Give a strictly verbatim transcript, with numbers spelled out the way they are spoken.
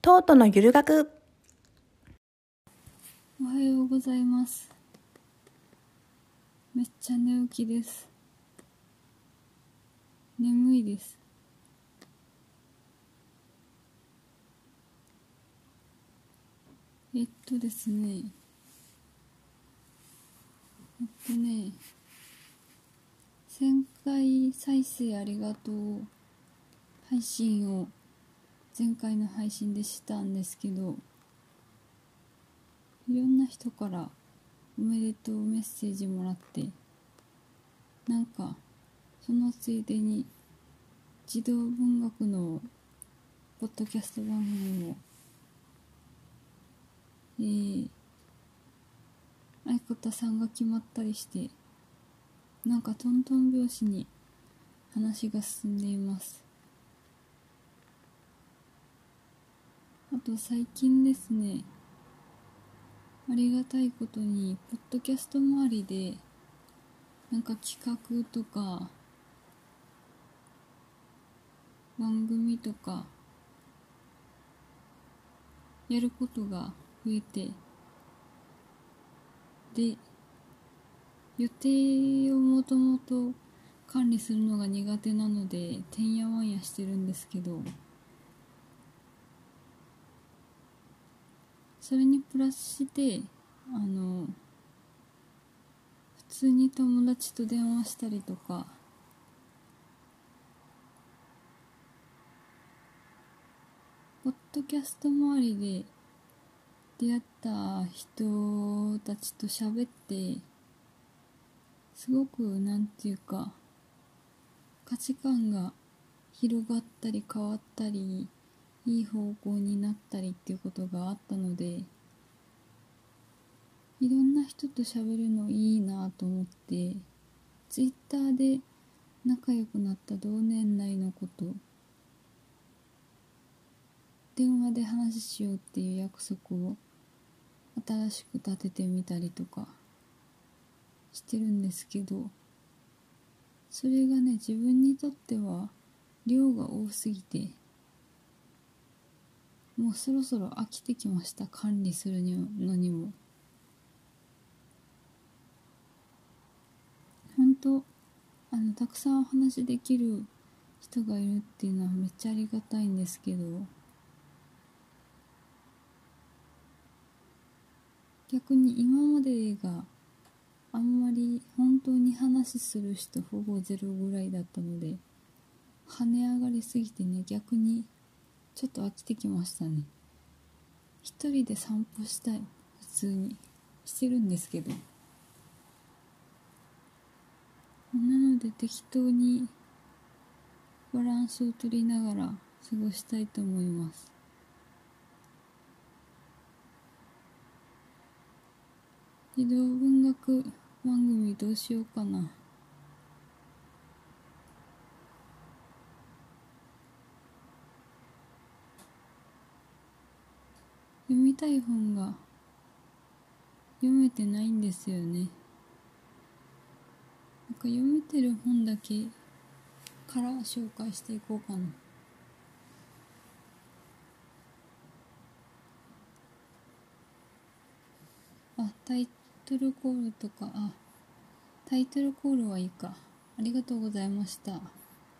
トートのゆる学。 おはようございます。めっちゃ寝起きです。眠いです。えっとですねえっとねせんかい再生ありがとう配信を前回の配信でしたんですけど、いろんな人からおめでとうメッセージもらって、なんかそのついでに児童文学のポッドキャスト番組もえー、相方さんが決まったりして、なんかトントン拍子に話が進んでいます。あと最近ですね、ありがたいことにポッドキャスト周りでなんか企画とか番組とかやることが増えて、で予定をもともと管理するのが苦手なのでてんやわんやしてるんですけど、それにプラスしてあの普通に友達と電話したりとか、ポッドキャスト周りで出会った人たちと喋って、すごくなんていうか価値観が広がったり変わったりいい方向になったりっていうことがあったので、いろんな人と喋るのいいなと思って、ツイッターで仲良くなった同年代の子と電話で話しようっていう約束を新しく立ててみたりとかしてるんですけど、それがね、自分にとっては量が多すぎて、もうそろそろ飽きてきました。管理するのにも。本当あのたくさんお話できる人がいるっていうのはめっちゃありがたいんですけど、逆に今までがあんまり本当に話する人ほぼゼロぐらいだったので、跳ね上がりすぎてね、逆にちょっと飽きてきましたね。一人で散歩したい、普通にしてるんですけど、なので適当にバランスを取りながら過ごしたいと思います。児童文学番組どうしようかな。読みたい本が読めてないんですよね。なんか読めてる本だけから紹介していこうかな。あ、タイトルコールとか、あ、タイトルコールはいいか。ありがとうございました。